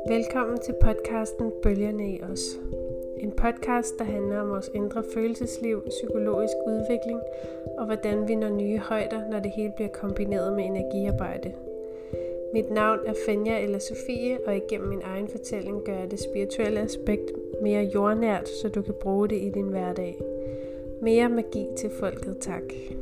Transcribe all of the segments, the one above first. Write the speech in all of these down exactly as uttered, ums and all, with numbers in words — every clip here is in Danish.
Velkommen til podcasten Bølgerne i os. En podcast, der handler om vores indre følelsesliv, psykologisk udvikling og hvordan vi når nye højder, når det hele bliver kombineret med energiarbejde. Mit navn er Fenja eller Sofie, og igennem min egen fortælling gør jeg det spirituelle aspekt mere jordnært, så du kan bruge det i din hverdag. Mere magi til folket, tak.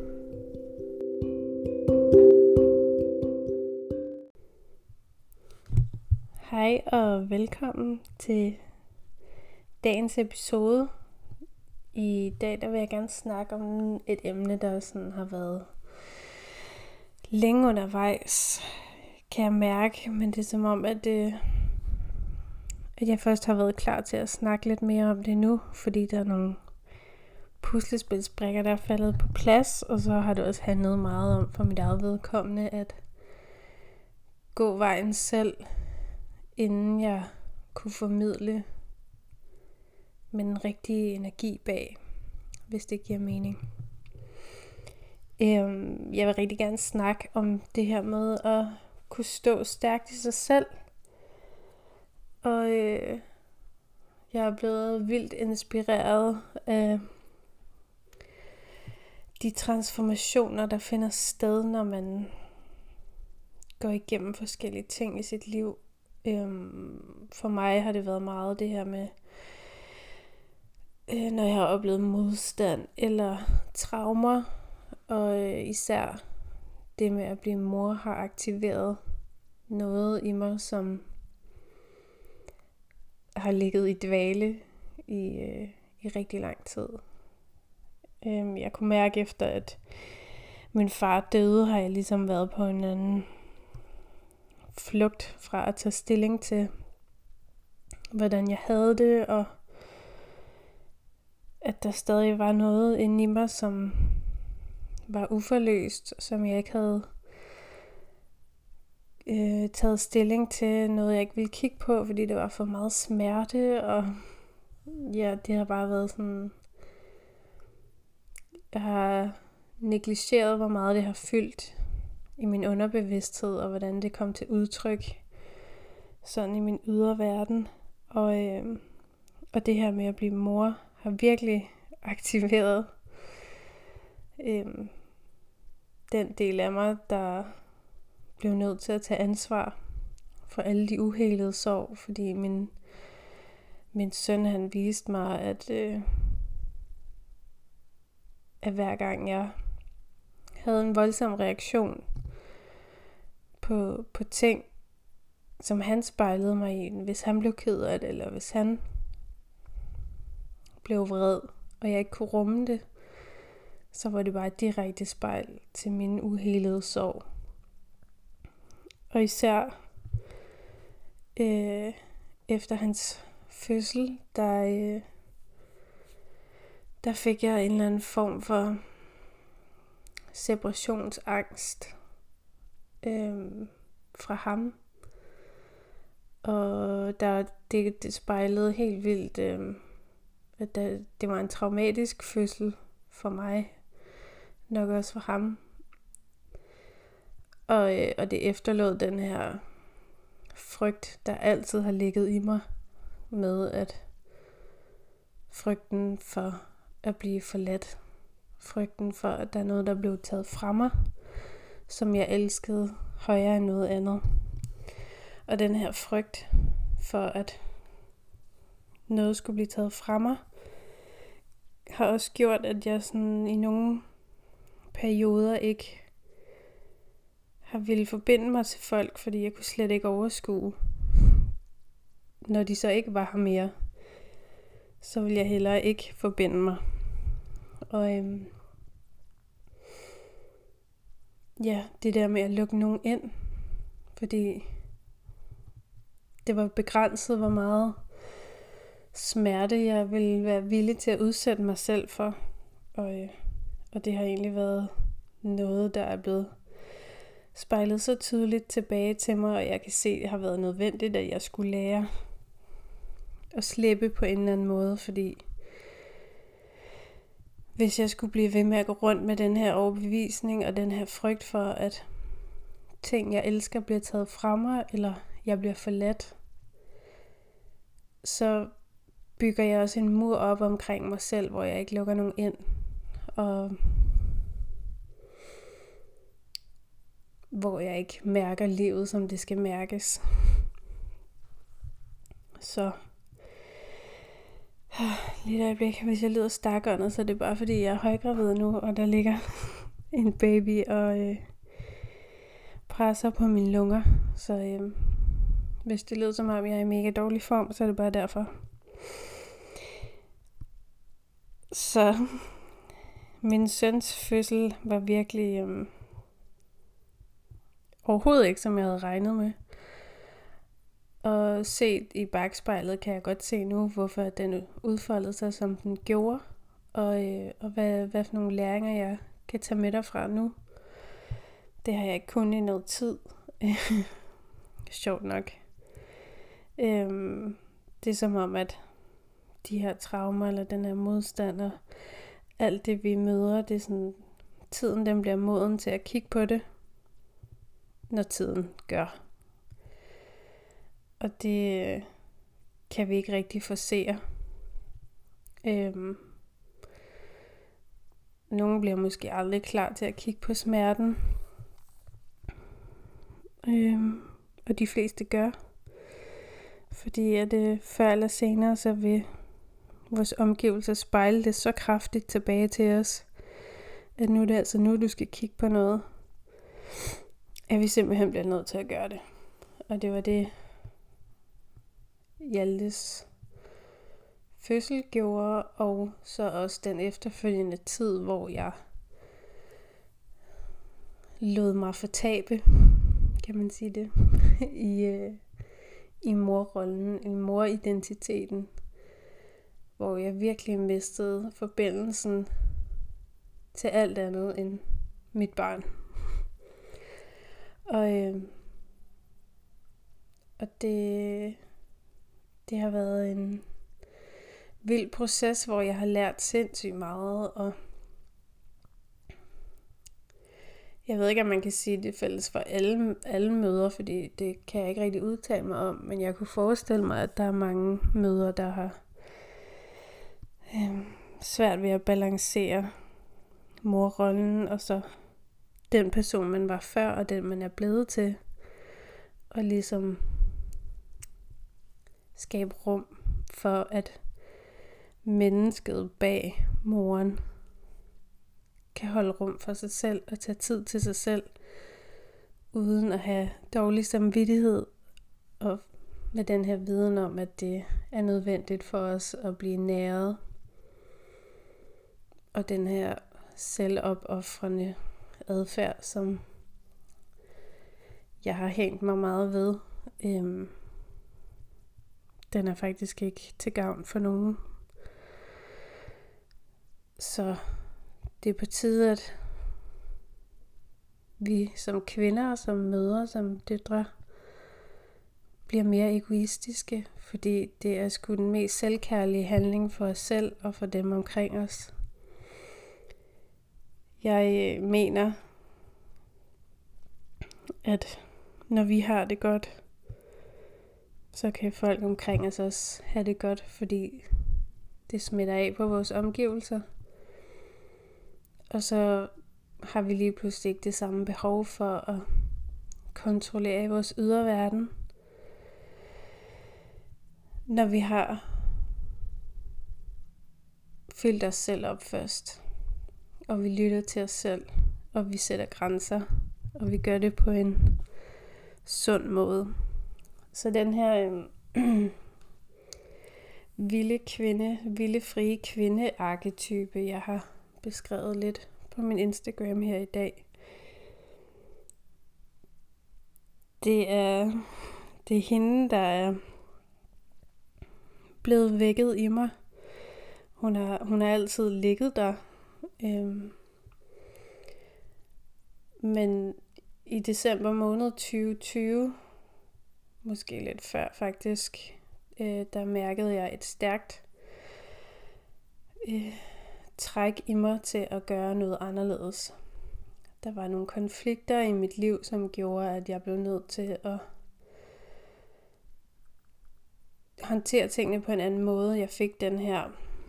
Hej og velkommen til dagens episode. I dag der vil jeg gerne snakke om et emne, der sådan har været længe undervejs, kan jeg mærke, men det er som om, at, det, at jeg først har været klar til at snakke lidt mere om det nu, fordi der er nogle puslespilsbrikker, der er faldet på plads, og så har det også handlet meget om for mit eget vedkommende at gå vejen selv, inden jeg kunne formidle med den rigtige energi bag, hvis det giver mening. Øhm, jeg vil rigtig gerne snakke om det her med at kunne stå stærkt i sig selv. Og øh, jeg er blevet vildt inspireret af de transformationer, der finder sted, når man går igennem forskellige ting i sit liv. Øhm, for mig har det været meget det her med, øh, når jeg har oplevet modstand eller traumer, og øh, især det med at blive mor har aktiveret noget i mig, som har ligget i dvale i, øh, i rigtig lang tid. Øhm, jeg kunne mærke efter, at min far døde, har jeg ligesom været på en anden flugt fra at tage stilling til, hvordan jeg havde det, og at der stadig var noget inde i mig, som var uforløst, som jeg ikke havde øh, taget stilling til, noget jeg ikke ville kigge på, fordi det var for meget smerte, og ja, det har bare været sådan, jeg har negligeret, hvor meget det har fyldt i min underbevidsthed, og hvordan det kom til udtryk sådan i min ydre verden. Og, øh, og det her med at blive mor har virkelig aktiveret øh, den del af mig, der blev nødt til at tage ansvar for alle de uhelede sorg, fordi min, min søn, han viste mig, at, øh, at hver gang jeg havde en voldsom reaktion på, på ting, som han spejlede mig i, hvis han blev ked af det, eller hvis han blev vred, og jeg ikke kunne rumme det, så var det bare et direkte spejl til min uhelede sorg. Og især øh, efter hans fødsel, der, øh, der fik jeg en eller anden form for separationsangst øh, fra ham. Og der, det, det spejlede helt vildt, øh, at der, det var en traumatisk fødsel for mig, nok også for ham. Og, øh, og det efterlod den her frygt, der altid har ligget i mig, med at frygten for at blive forladt, frygten for, at der er noget, der blev taget fra mig, som jeg elskede højere end noget andet. Og den her frygt for, at noget skulle blive taget fra mig, har også gjort, at jeg sådan i nogle perioder ikke har ville forbinde mig til folk, fordi jeg kunne slet ikke overskue, når de så ikke var her mere, så ville jeg hellere ikke forbinde mig. Og øhm, ja, det der med at lukke nogen ind, fordi det var begrænset, hvor meget smerte jeg ville være villig til at udsætte mig selv for. Og, øh, og det har egentlig været noget, der er blevet spejlet så tydeligt tilbage til mig, og jeg kan se, at det har været nødvendigt, at jeg skulle lære at slippe på en eller anden måde, fordi hvis jeg skulle blive ved med at gå rundt med den her overbevisning og den her frygt for, at ting, jeg elsker, bliver taget fra mig, eller jeg bliver forladt, så bygger jeg også en mur op omkring mig selv, hvor jeg ikke lukker nogen ind. Og hvor jeg ikke mærker livet, som det skal mærkes. Så lige et øjeblik, hvis jeg lyder stakåndet, så er det bare fordi, jeg er højgravid nu, og der ligger en baby og øh, presser på mine lunger. Så øh, hvis det lyder som om, jeg er i mega dårlig form, så er det bare derfor. Så min søns fødsel var virkelig øh, overhovedet ikke, som jeg havde regnet med. Og set i bagspejlet kan jeg godt se nu, hvorfor den udfoldede sig, som den gjorde. Og, øh, og hvad, hvad for nogle læringer jeg kan tage med derfra nu. Det har jeg ikke kun i noget tid. Sjovt nok. Øhm, det er som om, at de her traumer, eller den her modstand, og alt det vi møder, det er sådan, tiden den bliver moden til at kigge på det, når tiden gør. Og det kan vi ikke rigtig forsere. Øhm, Nogle bliver måske aldrig klar til at kigge på smerten. Øhm, og de fleste gør. Fordi at det før eller senere, så vil vores omgivelser spejle det så kraftigt tilbage til os, at nu er det altså nu, du skal kigge på noget, at vi simpelthen bliver nødt til at gøre det. Og det var det, Hjaltes fødsel gjorde, og så også den efterfølgende tid, hvor jeg lod mig fortabe, kan man sige det, i, øh, i morrollen, i moridentiteten, hvor jeg virkelig mistede forbindelsen til alt andet end mit barn. Og, øh, og det, det har været en vild proces, hvor jeg har lært sindssygt meget, og jeg ved ikke, om man kan sige, det er fælles for alle, alle møder, fordi det kan jeg ikke rigtig udtale mig om, men jeg kunne forestille mig, at der er mange møder, der har øh, svært ved at balancere morrollen, og så den person, man var før, og den, man er blevet til, og ligesom skabe rum for, at mennesket bag moren kan holde rum for sig selv og tage tid til sig selv, uden at have dårlig samvittighed, og med den her viden om, at det er nødvendigt for os at blive næret, og den her selvopoffrende adfærd, som jeg har hængt mig meget ved, øhm, den er faktisk ikke til gavn for nogen. Så det er på tide, at vi som kvinder, som mødre, som døtre, bliver mere egoistiske, fordi det er sgu den mest selvkærlige handling for os selv og for dem omkring os. Jeg mener, at når vi har det godt, så kan folk omkring os også have det godt, fordi det smitter af på vores omgivelser. Og så har vi lige pludselig ikke det samme behov for at kontrollere vores ydre verden. Når vi har fyldt os selv op først, og vi lytter til os selv, og vi sætter grænser, og vi gør det på en sund måde. Så den her øh, vilde kvinde, vilde frie kvinde-arketype, jeg har beskrevet lidt på min Instagram her i dag, det er, det er hende, der er blevet vækket i mig. Hun har, hun har altid ligget der. Øhm, men i december måned tyve tyve, måske lidt før faktisk, øh, der mærkede jeg et stærkt øh, træk i mig til at gøre noget anderledes. Der var nogle konflikter i mit liv, som gjorde, at jeg blev nødt til at håndtere tingene på en anden måde. Jeg fik den her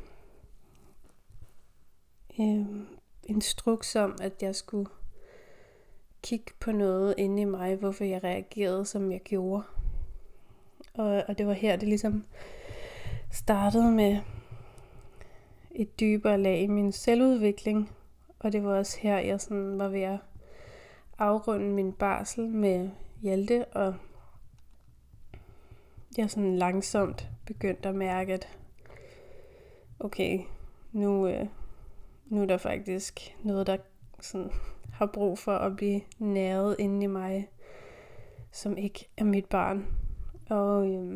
øh, instruks om, at jeg skulle kigge på noget inde i mig, hvorfor jeg reagerede, som jeg gjorde. Og, og det var her, det ligesom startede med et dybere lag i min selvudvikling. Og det var også her, jeg sådan var ved at afrunde min barsel med Hjalte, og jeg sådan langsomt begyndte at mærke, at okay, nu, øh, nu er der faktisk noget, der sådan har brug for at blive næret inde i mig, som ikke er mit barn. Og øh,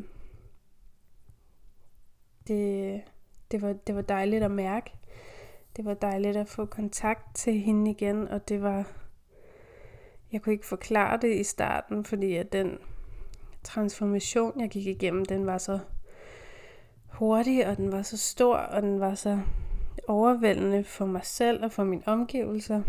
det, det, var, det var dejligt at mærke. Det var dejligt at få kontakt til hende igen, og det var, jeg kunne ikke forklare det i starten, fordi at den transformation, jeg gik igennem, den var så hurtig, og den var så stor, og den var så overvældende for mig selv og for mine omgivelser.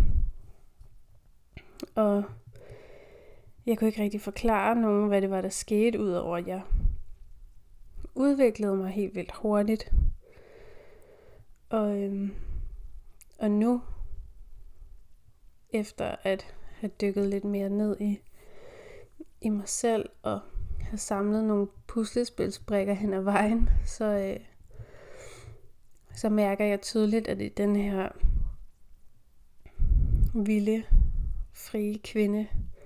Og jeg kunne ikke rigtig forklare nogen, hvad det var, der skete, udover at jeg udviklede mig helt vildt hurtigt. Og, øhm, og nu, efter at have dykket lidt mere ned i, i mig selv, og have samlet nogle puslespilsbrikker hen ad vejen, så, øh, så mærker jeg tydeligt, at det er den her vilde, frie kvinde,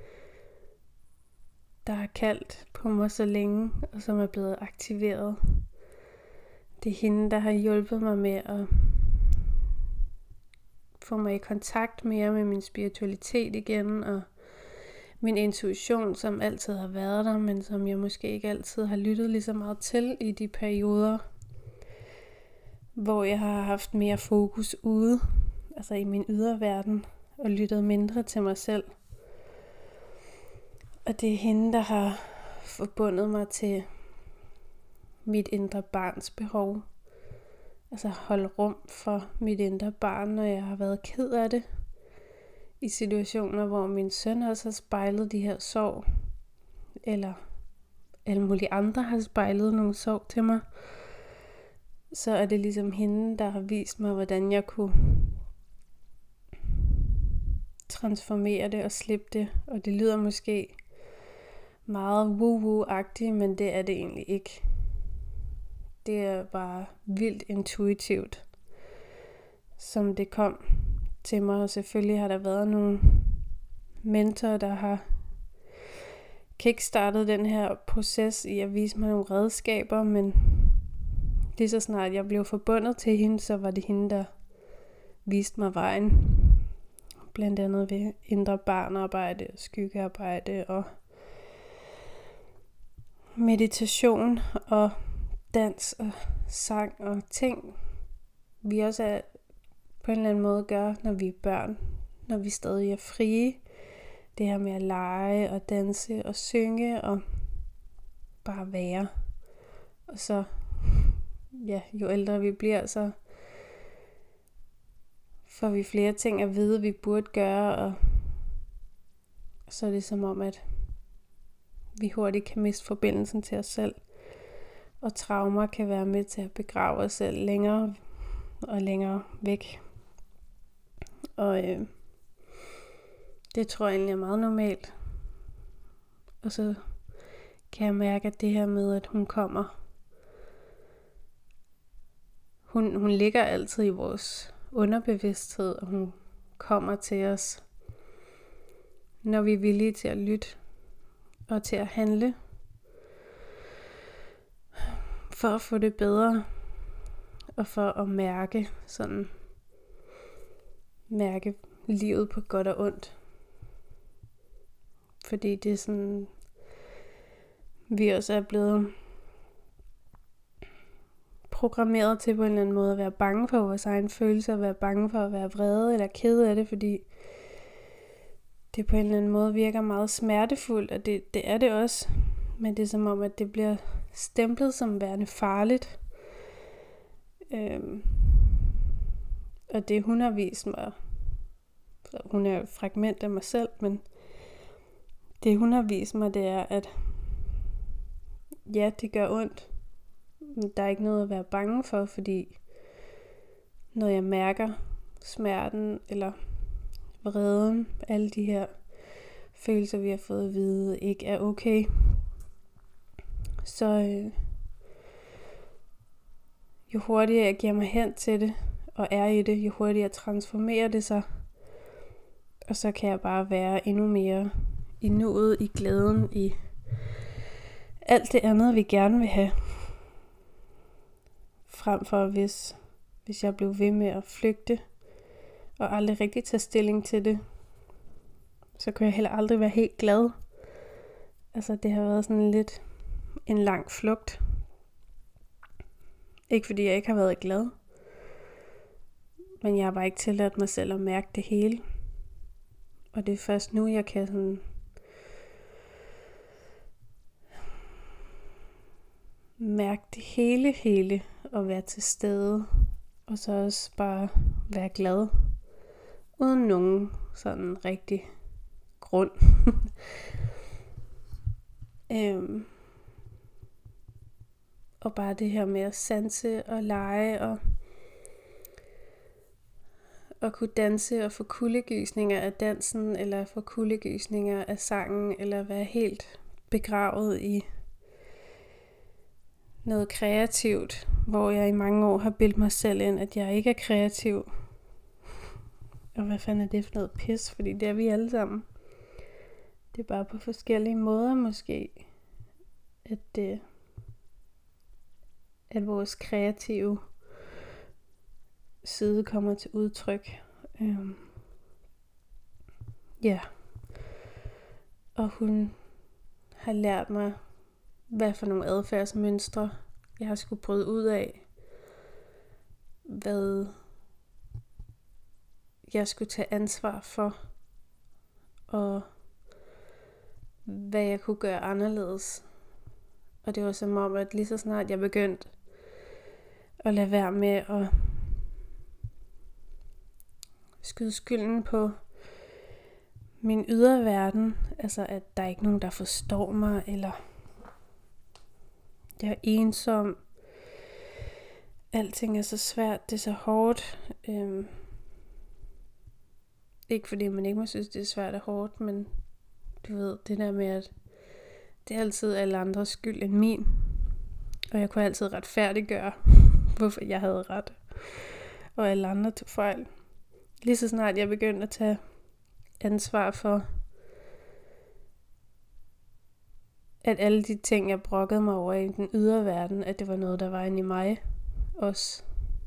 der har kaldt på mig så længe, og som er blevet aktiveret. Det er hende, der har hjulpet mig med at få mig i kontakt mere med min spiritualitet igen, og min intuition, som altid har været der, men som jeg måske ikke altid har lyttet lige så meget til i de perioder, hvor jeg har haft mere fokus ude, altså i min ydre verden, og lyttet mindre til mig selv. Og det er hende, der har forbundet mig til mit indre barns behov. Altså holde rum for mit indre barn, når jeg har været ked af det. I situationer, hvor min søn også har spejlet de her sorg, eller alle mulige andre har spejlet nogle sorg til mig, så er det ligesom hende, der har vist mig, hvordan jeg kunne transformere det og slippe det. Og det lyder måske meget woo-woo-agtigt, men det er det egentlig ikke. Det er bare vildt intuitivt, som det kom til mig. Og selvfølgelig har der været nogle mentorer, der har kickstartet den her proces i at vise mig nogle redskaber, men lige så snart jeg blev forbundet til hende, så var det hende, der viste mig vejen. Blandt andet ved indre barnarbejde, skyggearbejde og meditation og dans og sang og ting, vi også er, på en eller anden måde gør, når vi er børn, når vi stadig er frie. Det her med at lege og danse og synge og bare være. Og så, ja, jo ældre vi bliver, så får vi flere ting at vide, vi burde gøre, og så er det som om, at vi hurtigt kan miste forbindelsen til os selv. Og traumer kan være med til at begrave os selv længere og længere væk. Og øh, det tror jeg egentlig er meget normalt. Og så kan jeg mærke, at det her med, at hun kommer, hun, hun ligger altid i vores underbevidsthed, og hun kommer til os, når vi er villige til at lytte og til at handle for at få det bedre og for at mærke sådan mærke livet på godt og ondt. Fordi det er sådan, vi også er blevet programmeret til på en eller anden måde at være bange for vores egen følelser, at være bange for at være vrede eller ked af det, fordi det på en eller anden måde virker meget smertefuldt, og det, det er det også, men det er som om, at det bliver stemplet som værende farligt. Øhm, og det hun har vist mig, så hun er jo et fragment af mig selv, men det hun har vist mig, det er, at ja, det gør ondt, der er ikke noget at være bange for, fordi når jeg mærker smerten eller vreden, alle de her følelser, vi har fået at vide, ikke er okay, så øh, jo hurtigere jeg giver mig hen til det, og er i det, jo hurtigere transformerer det sig, og så kan jeg bare være endnu mere i nuet, i glæden, i alt det andet, vi gerne vil have. Frem for hvis, hvis jeg blev ved med at flygte, og aldrig rigtig tage stilling til det, så kunne jeg heller aldrig være helt glad. Altså det har været sådan lidt en lang flugt. Ikke fordi jeg ikke har været glad, men jeg har bare ikke tilladt mig selv at mærke det hele. Og det er først nu, jeg kan sådan mærke det hele, hele, og være til stede, og så også bare være glad, uden nogen sådan rigtig grund. øhm, og bare det her med at sanse og lege, og, og kunne danse og få kuldegysninger af dansen, eller få kuldegysninger af sangen, eller være helt begravet i noget kreativt, hvor jeg i mange år har bildt mig selv ind, at jeg ikke er kreativ. Og hvad fanden er det for noget pis, fordi det er vi alle sammen. Det er bare på forskellige måder måske, at det, at vores kreative side kommer til udtryk. Øhm. Ja. Og hun har lært mig, hvad for nogle adfærdsmønstre jeg har skulle bryde ud af. Hvad jeg skulle tage ansvar for. Og hvad jeg kunne gøre anderledes. Og det var som om, at lige så snart jeg begyndte at lade være med at skyde skylden på min ydre verden. Altså at der er ikke nogen, der forstår mig, eller jeg er ensom. Alting er så svært, det er så hårdt. Øhm, ikke fordi man ikke må synes, det er svært og hårdt, men du ved, det der med, at det er altid alle andres skyld end min. Og jeg kunne altid retfærdiggøre, hvorfor jeg havde ret, og alle andre tog fejl. Lige så snart jeg begyndte at tage ansvar for, at alle de ting, jeg brokkede mig over i den ydre verden, at det var noget, der var inde i mig også.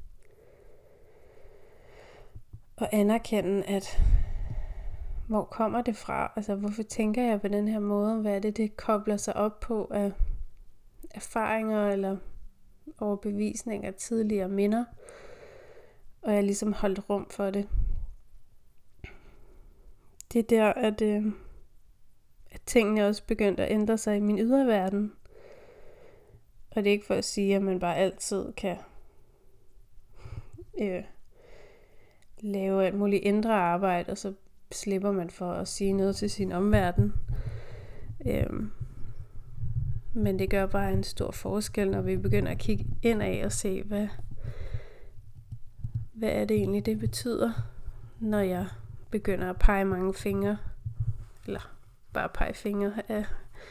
Og anerkende, at hvor kommer det fra? Altså, hvorfor tænker jeg på den her måde? Hvad er det, det kobler sig op på af erfaringer eller overbevisninger, tidligere minder? Og jeg ligesom holdt rum for det. Det er der, at, øh, at tingene også begyndte at ændre sig i min ydre verden. Og det er ikke for at sige, at man bare altid kan øh, lave alt muligt indre arbejde, og så slipper man for at sige noget til sin omverden. Øhm, men det gør bare en stor forskel, når vi begynder at kigge indad og se, hvad, hvad er det egentlig, det betyder, når jeg begynder at pege mange fingre, eller bare pege fingre af,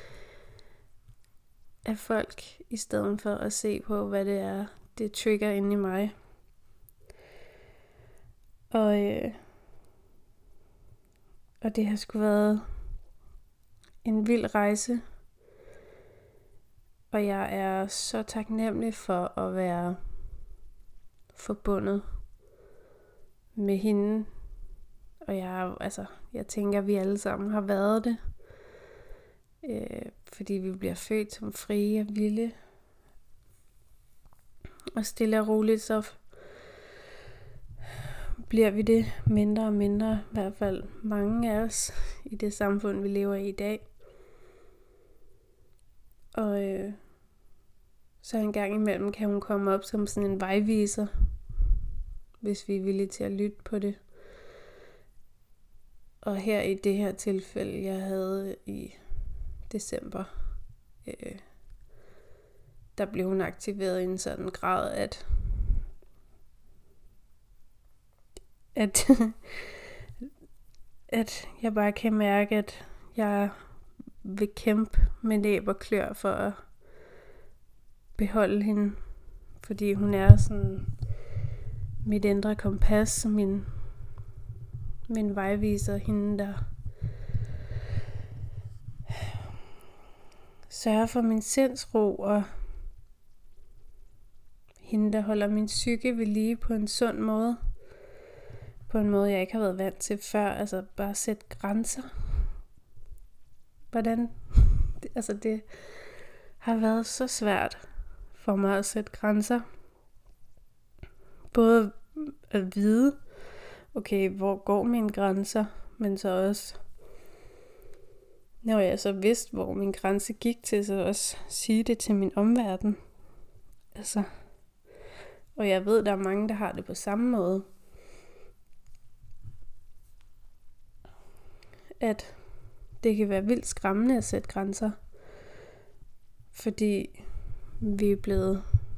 af folk, i stedet for at se på, hvad det er, det trigger inde i mig. Og øh, Og det har sgu været en vild rejse. Og jeg er så taknemmelig for at være forbundet med hende. Og jeg, altså, jeg tænker, at vi alle sammen har været det. Øh, fordi vi bliver født som frie og vilde. Og stille og roligt, så bliver vi det mindre og mindre, i hvert fald mange af os, i det samfund, vi lever i i dag. Og øh, så en gang imellem kan hun komme op som sådan en vejviser, hvis vi er villige til at lytte på det. Og her i det her tilfælde, jeg havde i december, øh, der blev hun aktiveret i en sådan grad, at at, at jeg bare kan mærke, at jeg vil kæmpe med næb og klør for at beholde hende, fordi hun er sådan mit indre kompas, min, min vejviser, hende der sørger for min sindsro, og hende der holder min psyke ved lige på en sund måde, på en måde jeg ikke har været vant til før, altså bare sætte grænser. Hvordan, altså det har været så svært for mig at sætte grænser. Både at vide, okay, hvor går mine grænser, men så også, når jeg så vidste, hvor min grænse gik til, så også sige det til min omverden. Altså, og jeg ved, der er mange, der har det på samme måde. At det kan være vildt skræmmende at sætte grænser, fordi vi er blevet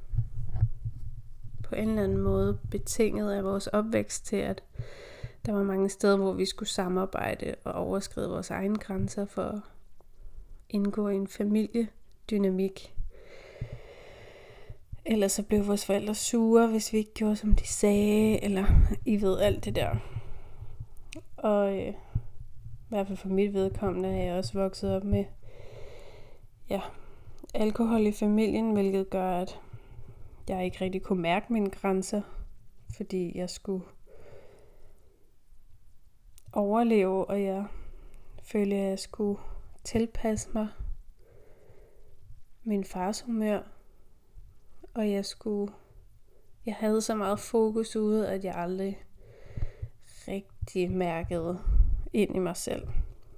på en eller anden måde betinget af vores opvækst til, at der var mange steder, hvor vi skulle samarbejde og overskride vores egne grænser for at indgå i en familiedynamik. Ellers så blev vores forældre sure, hvis vi ikke gjorde, som de sagde, eller I ved alt det der. Og øh, i hvert fald for mit vedkommende er jeg også vokset op med ja, alkohol i familien, hvilket gør, at jeg ikke rigtig kunne mærke mine grænser, fordi jeg skulle overleve, og jeg følte, at jeg skulle tilpasse mig min fars humør, og jeg skulle, jeg havde så meget fokus ude, at jeg aldrig rigtig mærkede ind i mig selv.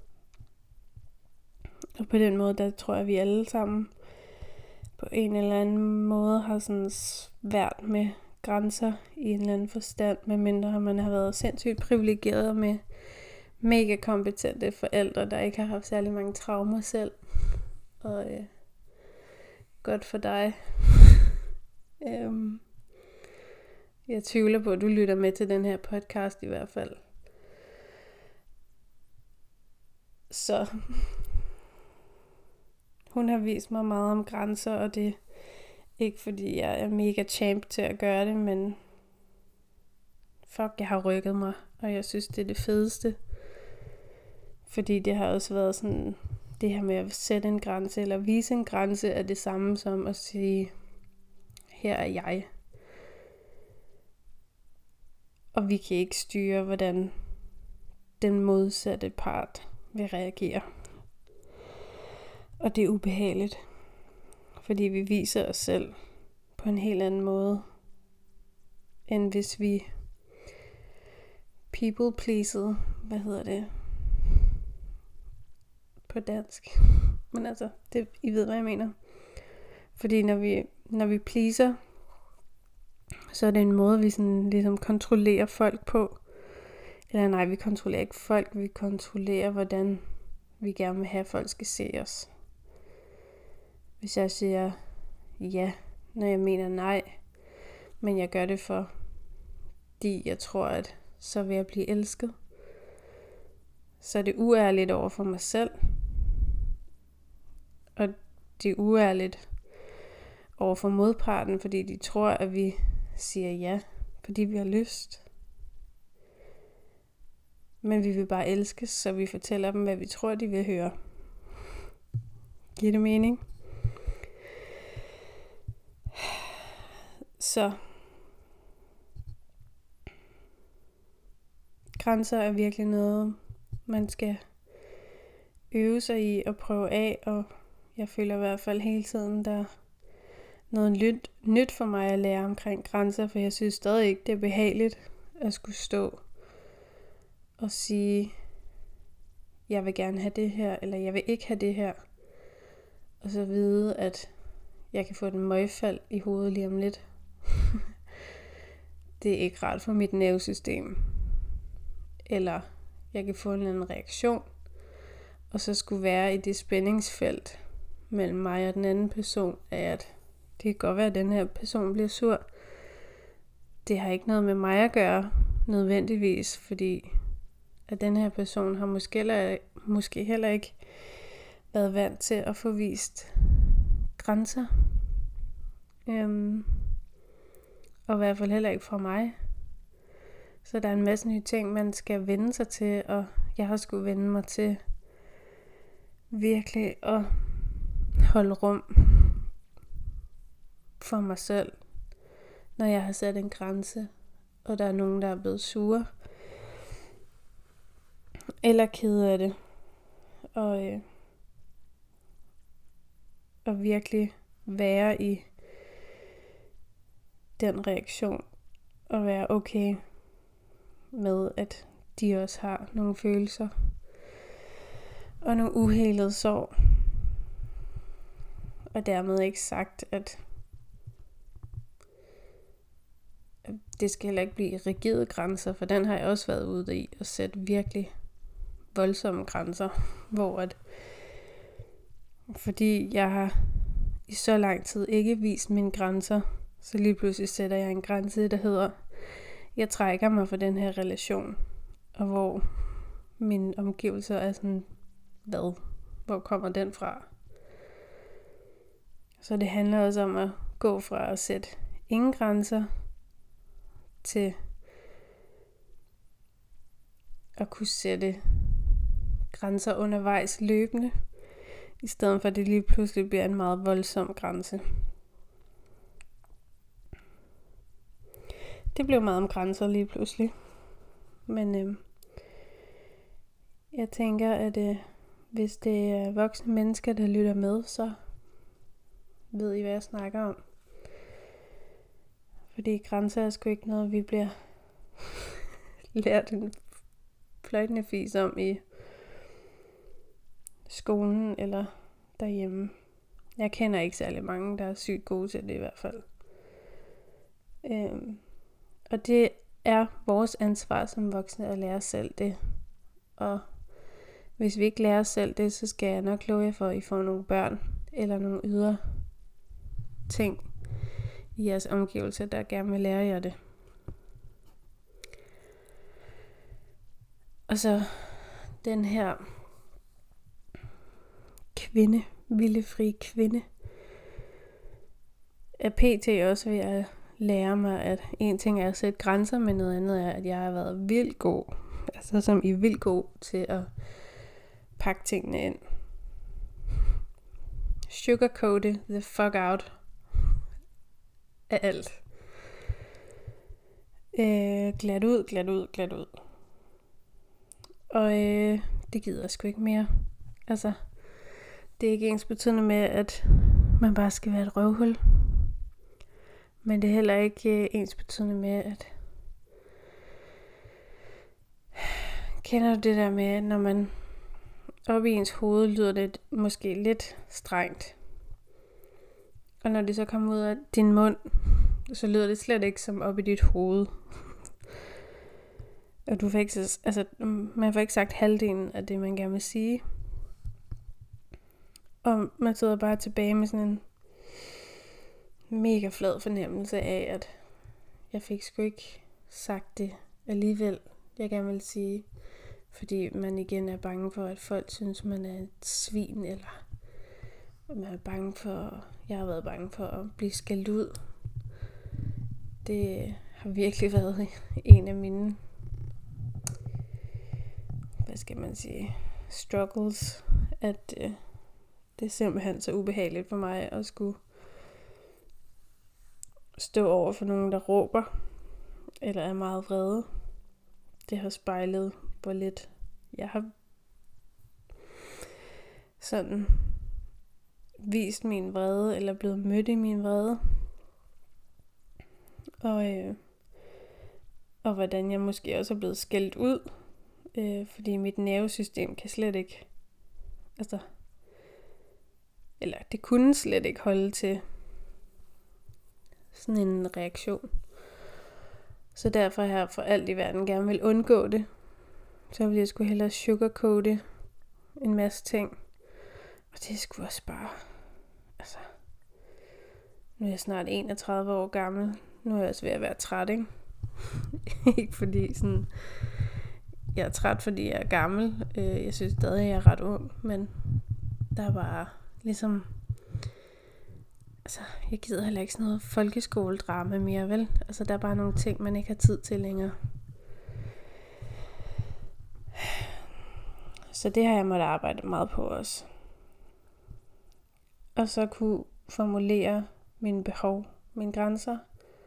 Og på den måde, der tror jeg, at vi alle sammen på en eller anden måde har sådan svært med grænser i en eller anden forstand, medmindre man har været sindssygt privilegeret med mega kompetente forældre, der ikke har haft særlig mange traumer selv. Og øh, godt for dig. øhm, jeg tvivler på, at du lytter med til den her podcast i hvert fald. Så hun har vist mig meget om grænser, og det er ikke fordi jeg er mega champ til at gøre det, men fuck, jeg har rykket mig, og jeg synes, det er det fedeste. Fordi det har også været sådan, det her med at sætte en grænse, eller vise en grænse, er det samme som at sige, her er jeg. Og vi kan ikke styre, hvordan den modsatte part vil reagere. Og det er ubehageligt, fordi vi viser os selv på en helt anden måde, end hvis vi people pleasede, hvad hedder det på dansk. Men altså, det, I ved, hvad jeg mener. Fordi når vi, når vi pleaser, så er det en måde, vi sådan ligesom kontrollerer folk på. Eller nej, vi kontrollerer ikke folk, vi kontrollerer, hvordan vi gerne vil have, at folk skal se os. Hvis jeg siger ja, når jeg mener nej, men jeg gør det for, fordi jeg tror, at så vil jeg blive elsket, så er det uærligt over for mig selv. Og det er uærligt over for modparten, fordi de tror, at vi siger ja, fordi vi har lyst. Men vi vil bare elskes, så vi fortæller dem, hvad vi tror, de vil høre. Giver det mening? Så grænser er virkelig noget, man skal øve sig i og prøve af, og jeg føler i hvert fald hele tiden, der er noget nyt, nyt for mig at lære omkring grænser, for jeg synes stadig ikke, det er behageligt at skulle stå og sige, jeg vil gerne have det her, eller jeg vil ikke have det her, og så vide, at jeg kan få et møgfald i hovedet lige om lidt. Det er ikke rart for mit nervesystem. Eller jeg kan få en eller anden reaktion, og så skulle være i det spændingsfelt mellem mig og den anden person, af at Det kan godt være, at den her person bliver sur. Det har ikke noget med mig at gøre, nødvendigvis, fordi at den her person har måske heller, måske heller ikke været vant til at få vist grænser. Øhm, og i hvert fald heller ikke fra mig. Så der er en masse nye ting, man skal vende sig til, og jeg har skulle vende mig til virkelig at holde rum for mig selv, når jeg har sat en grænse, og der er nogen, der er blevet sure, eller kede af det, og, øh, og virkelig være i den reaktion, og være okay med, at de også har nogle følelser, og nogle uhelede sår, og dermed ikke sagt, at det skal heller ikke blive rigide grænser, for den har jeg også været ude i, at sætte virkelig voldsomme grænser, hvor at, fordi jeg har i så lang tid ikke vist mine grænser, så lige pludselig sætter jeg en grænse, der hedder, jeg trækker mig fra den her relation, og hvor mine omgivelser er sådan, hvad? Hvor kommer den fra? Så det handler også om at gå fra at sætte ingen grænser, til at kunne sætte grænser undervejs løbende, i stedet for at det lige pludselig bliver en meget voldsom grænse. Det blev meget om grænser lige pludselig. Men øh, jeg tænker, at øh, hvis det er voksne mennesker, der lytter med, så ved I, hvad jeg snakker om. Fordi grænser er sgu ikke noget, vi bliver lært en fløjtende fis om i skolen eller derhjemme. Jeg kender ikke særlig mange, der er sygt gode til det i hvert fald. Øhm, og det er vores ansvar som voksne at lære os selv det. Og hvis vi ikke lærer os selv det, så skal jeg nok love jer for, at I får nogle børn eller nogle ydre ting i jeres omgivelser, der gerne vil lære jer det. Og så den her kvinde, vildefri kvinde, er pt. Også ved at lære mig, at en ting er at sætte grænser, men noget andet er, at jeg har været vildt god, altså som i vildt god til at pakke tingene ind. Sugarcoat the fuck out af alt. Øh, glat ud, glat ud, glat ud. Og øh, det gider jeg sgu ikke mere. Altså, det er ikke ens betydende med, at man bare skal være et røvhul. Men det er heller ikke øh, ens betydende med, at kender du det der med, når man oppe i ens hoved lyder det måske lidt strengt. Og når det så kommer ud af din mund, så lyder det slet ikke som oppe i dit hoved. Og du får ikke, altså, man får ikke sagt halvdelen af det, man gerne vil sige. Og man sidder bare tilbage med sådan en mega flad fornemmelse af, at jeg fik sgu ikke sagt det alligevel, jeg gerne vil sige. Fordi man igen er bange for, at folk synes, man er et svin, eller man er bange for, jeg har været bange for at blive skældt ud. Det har virkelig været en af mine, hvad skal man sige, struggles, at øh, det er simpelthen så ubehageligt for mig at skulle stå over for nogen, der råber, eller er meget vrede. Det har spejlet, hvor lidt jeg har sådan vist min vrede, eller blevet mødt i min vrede. Og, øh, og hvordan jeg måske også er blevet skældt ud, øh, fordi mit nervesystem kan slet ikke, altså, eller det kunne slet ikke holde til sådan en reaktion. Så derfor har jeg for alt i verden gerne vil undgå det. Så vil jeg sgu hellere sugarcoate en masse ting. Og det er sgu også bare, altså, Nu er jeg snart enogtredive år gammel. Nu er jeg også ved at være træt, ikke? Ikke fordi sådan... Jeg er træt, fordi jeg er gammel. Jeg synes stadig, jeg er ret ung. Men der er bare ligesom... Altså, jeg gider heller ikke sådan noget folkeskoledrama mere, vel? Altså, der er bare nogle ting, man ikke har tid til længere. Så det har jeg måttet arbejde meget på også. Og så kunne formulere mine behov, mine grænser.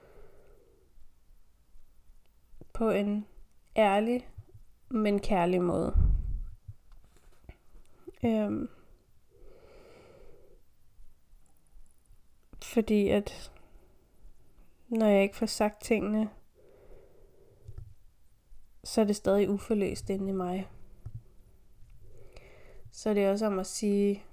På en ærlig, men kærlig måde. Øhm. Fordi at når jeg ikke får sagt tingene, så er det stadig uforløst inde i mig. Så er det også om at sige,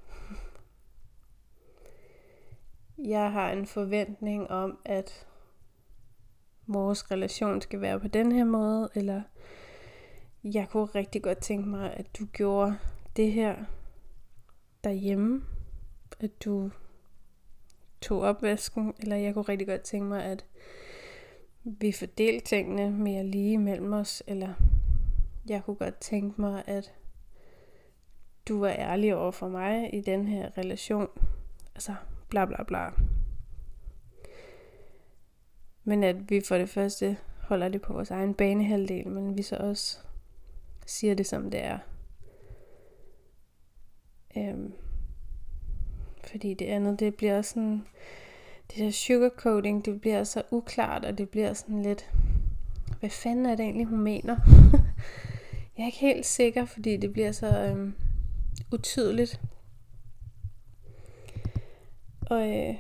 jeg har en forventning om, at vores relation skal være på den her måde, eller jeg kunne rigtig godt tænke mig, at du gjorde det her derhjemme, at du tog opvasken, eller jeg kunne rigtig godt tænke mig, at vi fordelte tingene mere lige mellem os, eller jeg kunne godt tænke mig, at du var ærlig over for mig i den her relation. Altså, bla bla bla. Men at vi for det første holder det på vores egen banehalvdel, men vi så også siger det, som det er. Øhm, fordi det andet, det bliver sådan, det der sugarcoating, det bliver så uklart, og det bliver sådan lidt, hvad fanden er det egentlig, hun mener? Jeg er ikke helt sikker, fordi det bliver så øhm, utydeligt. Og øh,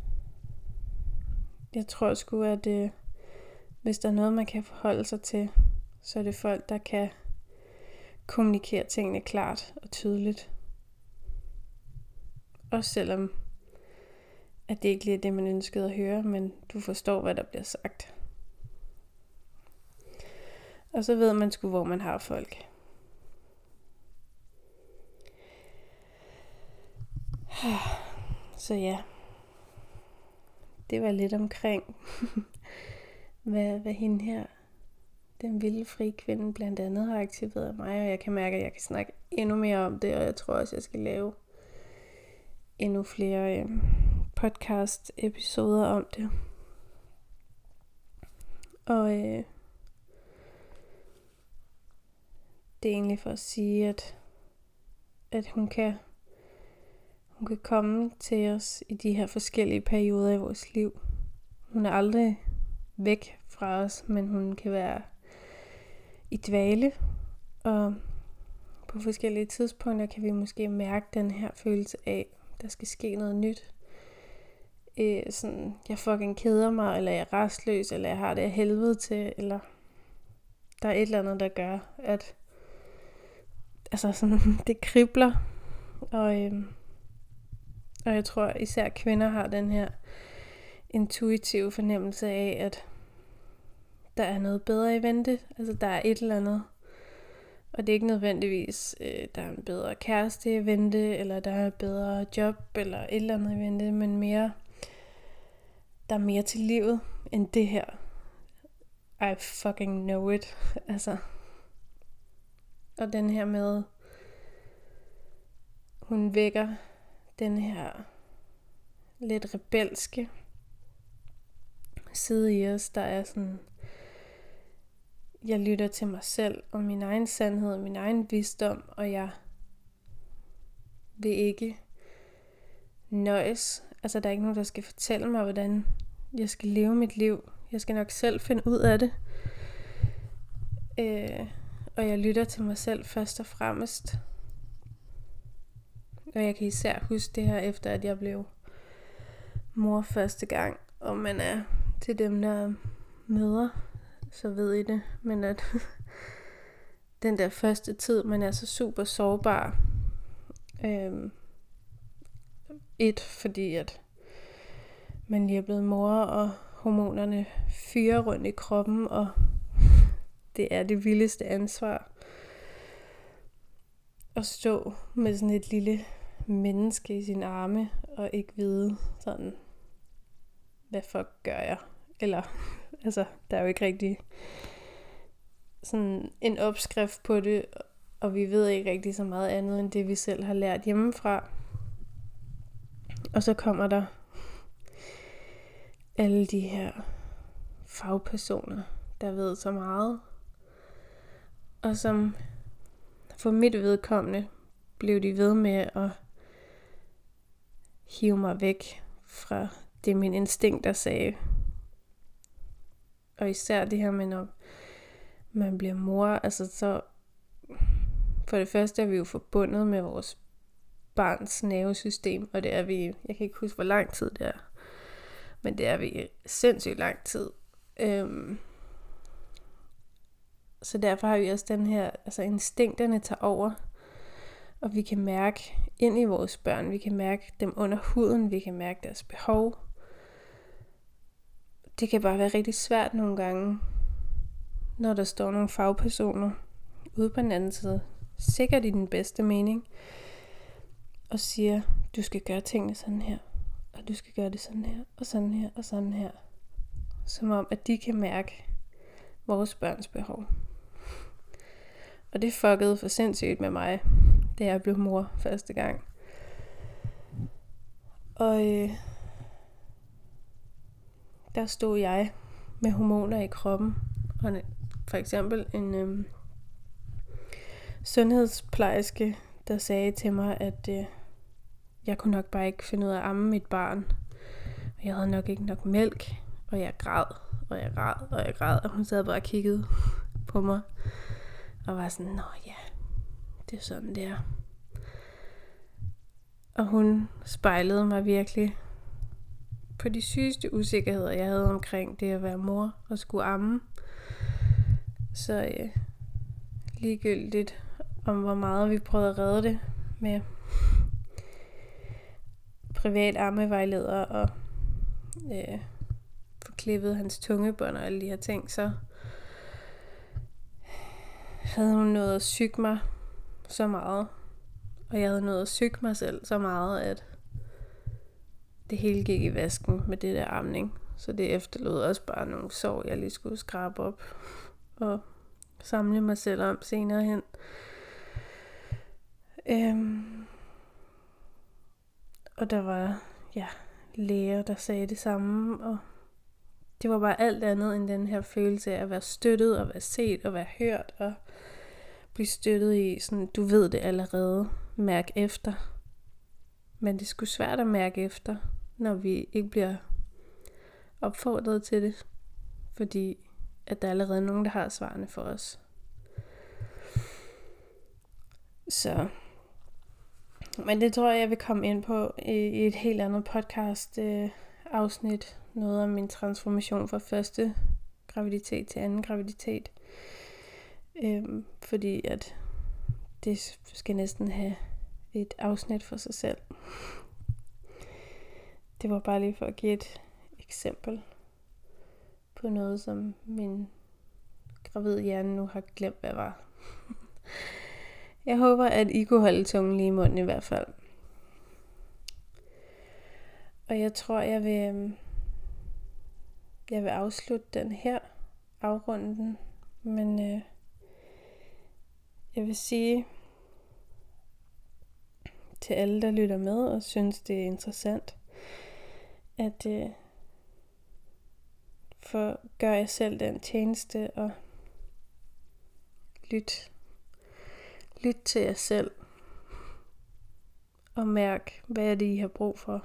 jeg tror sgu, at øh, hvis der er noget, man kan forholde sig til, så er det folk, der kan kommunikere tingene klart og tydeligt. Også selvom, at det ikke lige er det, man ønskede at høre, men du forstår, hvad der bliver sagt. Og så ved man sgu, hvor man har folk. Så ja, det var lidt omkring, hvad, hvad hende her, den vilde frie kvinde, blandt andet har aktiveret mig, og jeg kan mærke, at jeg kan snakke endnu mere om det, og jeg tror også, jeg skal lave endnu flere øh, podcast-episoder om det. Og øh, det er egentlig for at sige, at, at hun kan Hun kan komme til os i de her forskellige perioder i vores liv. Hun er aldrig væk fra os, men hun kan være i dvale. Og på forskellige tidspunkter kan vi måske mærke den her følelse af, at der skal ske noget nyt. Øh, sådan, jeg fucking keder mig, eller jeg er rastløs, eller jeg har det af helvede til, eller der er et eller andet, der gør, at altså sådan, det kribler. Og øh, Og jeg tror især kvinder har den her intuitive fornemmelse af, at der er noget bedre i vente. Altså der er et eller andet. Og det er ikke nødvendigvis, øh, der er en bedre kæreste i vente, eller der er et bedre job, eller et eller andet i vente, men mere, der er mere til livet end det her. I fucking know it. Altså. Og den her med, hun vækker den her lidt rebelske side i os, der er sådan, jeg lytter til mig selv og min egen sandhed og min egen visdom, og jeg vil ikke nøjes. Altså der er ikke nogen, der skal fortælle mig, hvordan jeg skal leve mit liv. Jeg skal nok selv finde ud af det. Øh, og jeg lytter til mig selv først og fremmest. Og jeg kan især huske det her, efter at jeg blev mor første gang. Og man er til dem, der møder, så ved I det. Men at den der første tid, man er så super sårbar. Øhm, et, fordi at man lige er blevet mor, og hormonerne fyrer rundt i kroppen, og det er det vildeste ansvar. At stå med sådan et lille menneske i sine arme, og ikke vide sådan, hvad fuck gør jeg? Eller, altså, der er jo ikke rigtig sådan en opskrift på det, og vi ved ikke rigtig så meget andet, end det vi selv har lært hjemmefra. Og så kommer der alle de her fagpersoner, der ved så meget, og som for mit vedkommende blev de ved med at hive mig væk fra det, min instinkter sagde. Og især det her med, når man bliver mor, altså så, for det første er vi jo forbundet med vores barns nervesystem, og det er vi, jeg kan ikke huske, hvor lang tid det er, men det er vi i sindssygt lang tid. Øhm, så derfor har vi også den her, altså instinkterne tager over, og vi kan mærke ind i vores børn, vi kan mærke dem under huden, vi kan mærke deres behov. Det kan bare være rigtig svært nogle gange, når der står nogle fagpersoner ude på den anden side, sikkert i den bedste mening, og siger, du skal gøre tingene sådan her, og du skal gøre det sådan her, og sådan her, og sådan her. Som om, at de kan mærke vores børns behov. Og det fuckede for sindssygt med mig, da jeg blev mor første gang. Og øh, der stod jeg med hormoner i kroppen, og for eksempel en øh, sundhedsplejerske, der sagde til mig, at øh, jeg kunne nok bare ikke finde ud af at amme mit barn. Og jeg havde nok ikke nok mælk, og jeg græd, og jeg græd, og jeg græd, og hun sad bare og kiggede på mig, og var sådan, nå ja, det er sådan det er. Og hun spejlede mig virkelig på de sygeste usikkerheder, jeg havde omkring det at være mor og skulle amme. Så øh, ligegyldigt om hvor meget vi prøvede at redde det med privat ammevejleder og øh, få klippet hans tungebånd og alle de her ting, så havde hun nået at syge mig så meget, og jeg havde nået at syge mig selv så meget, at det hele gik i vasken med det der amning. Så det efterlod også bare nogle sår, jeg lige skulle skrabe op og samle mig selv om senere hen. Øhm. Og der var ja, læger, der sagde det samme, og det var bare alt andet end den her følelse af at være støttet og være set og være hørt og blive støttet i sådan, du ved det allerede, mærk efter. Men det er sgu svært at mærke efter, når vi ikke bliver opfordret til det, fordi at der er allerede nogen, der har svarene for os. Så, men det tror jeg, jeg vil komme ind på i, i et helt andet podcast øh, afsnit. Noget om min transformation fra første graviditet til anden graviditet. Øhm, fordi at det skal næsten have et afsnit for sig selv. Det var bare lige for at give et eksempel på noget, som min gravide hjerne nu har glemt, hvad var. Jeg håber, at I kunne holde tungen lige i munden i hvert fald. Og jeg tror, jeg vil, jeg vil afslutte den her, afrunde den. Men øh, jeg vil sige til alle, der lytter med og synes, det er interessant, at øh, for gør jeg selv den tjeneste og lyt, lyt til jer selv og mærk, hvad er det, I har brug for.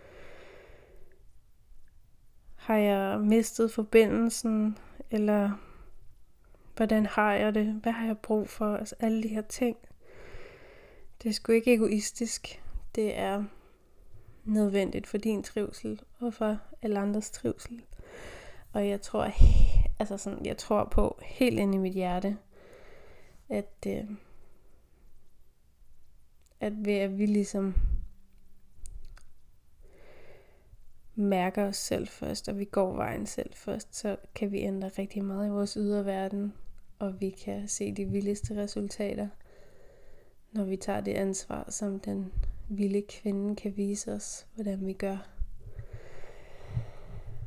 Har jeg mistet forbindelsen, eller hvordan har jeg det? Hvad har jeg brug for? Altså alle de her ting. Det er sgu ikke egoistisk. Det er nødvendigt for din trivsel og for alle andres trivsel. Og jeg tror, altså sådan, jeg tror på helt ind i mit hjerte, at, øh, at ved at vi ligesom mærker os selv først, og vi går vejen selv først, så kan vi ændre rigtig meget i vores ydre verden, og vi kan se de vildeste resultater, når vi tager det ansvar, som den vilde kvinde kan vise os, hvordan vi gør.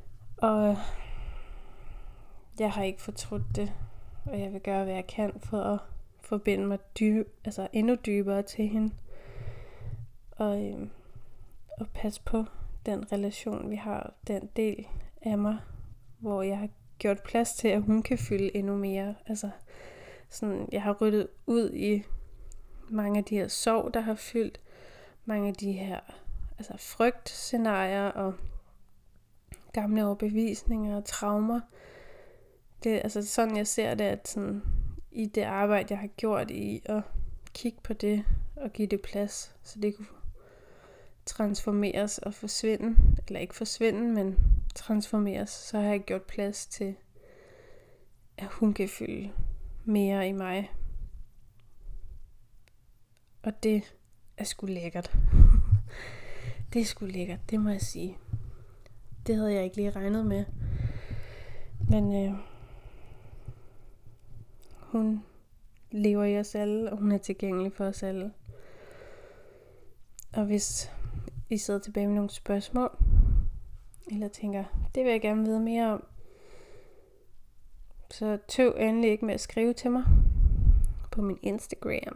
Og jeg har ikke fortrudt det, og jeg vil gøre, hvad jeg kan for at forbinde mig dyb, altså endnu dybere til hende. Og, øhm, og passe på den relation, vi har, den del af mig, hvor jeg har gjort plads til, at hun kan fylde endnu mere. Altså, sådan, jeg har ryddet ud i mange af de her sorg, der har fyldt, mange af de her altså frygtscenarier og gamle overbevisninger og traumer. Det er altså sådan, jeg ser det, at sådan, i det arbejde, jeg har gjort i at kigge på det og give det plads, så det kunne transformeres og forsvinde, eller ikke forsvinde, men transformeres, så har jeg gjort plads til, at hun kan fylde mere i mig. Og det er sgu lækkert. Det er sgu lækkert, det må jeg sige. Det havde jeg ikke lige regnet med. Men øh, hun lever i os alle, og hun er tilgængelig for os alle. Og hvis I sidder tilbage med nogle spørgsmål, eller tænker, det vil jeg gerne vide mere om, så tøv endelig ikke med at skrive til mig på min Instagram.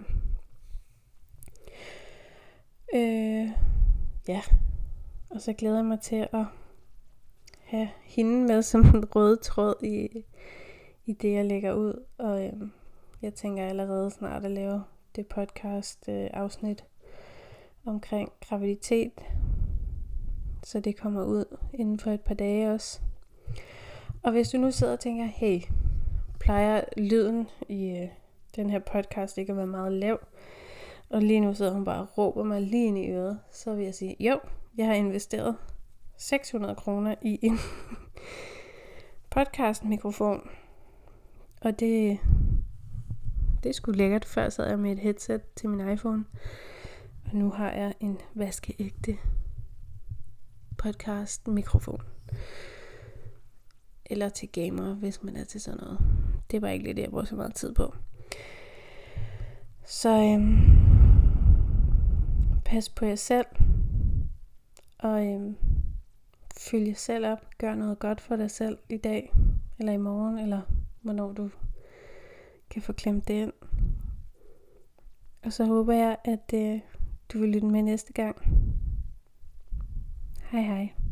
Øh, ja, og så glæder jeg mig til at have hende med som en rød tråd i, i det, jeg lægger ud. Og øh, jeg tænker allerede snart at lave det podcast øh, afsnit omkring graviditet, så det kommer ud inden for et par dage også. Og hvis du nu sidder og tænker, hey, plejer lyden i øh, den her podcast ikke at være meget lav, og lige nu sidder hun bare og råber mig lige ind i øret, så vil jeg sige, jo, jeg har investeret seks hundrede kroner i en podcast-mikrofon, og det, det er sgu lækkert. Før sad jeg med et headset til min iPhone, og nu har jeg en vaskeægte podcast-mikrofon. Eller til gamere, hvis man er til sådan noget. Det var ikke lige det, jeg bruger så meget tid på. Så øhm, pas på jer selv. Og øhm, fyld jer selv op. Gør noget godt for dig selv i dag. Eller i morgen. Eller hvornår du kan få klemt det ind. Og så håber jeg, at øh, du vil lytte med næste gang. Hej hej.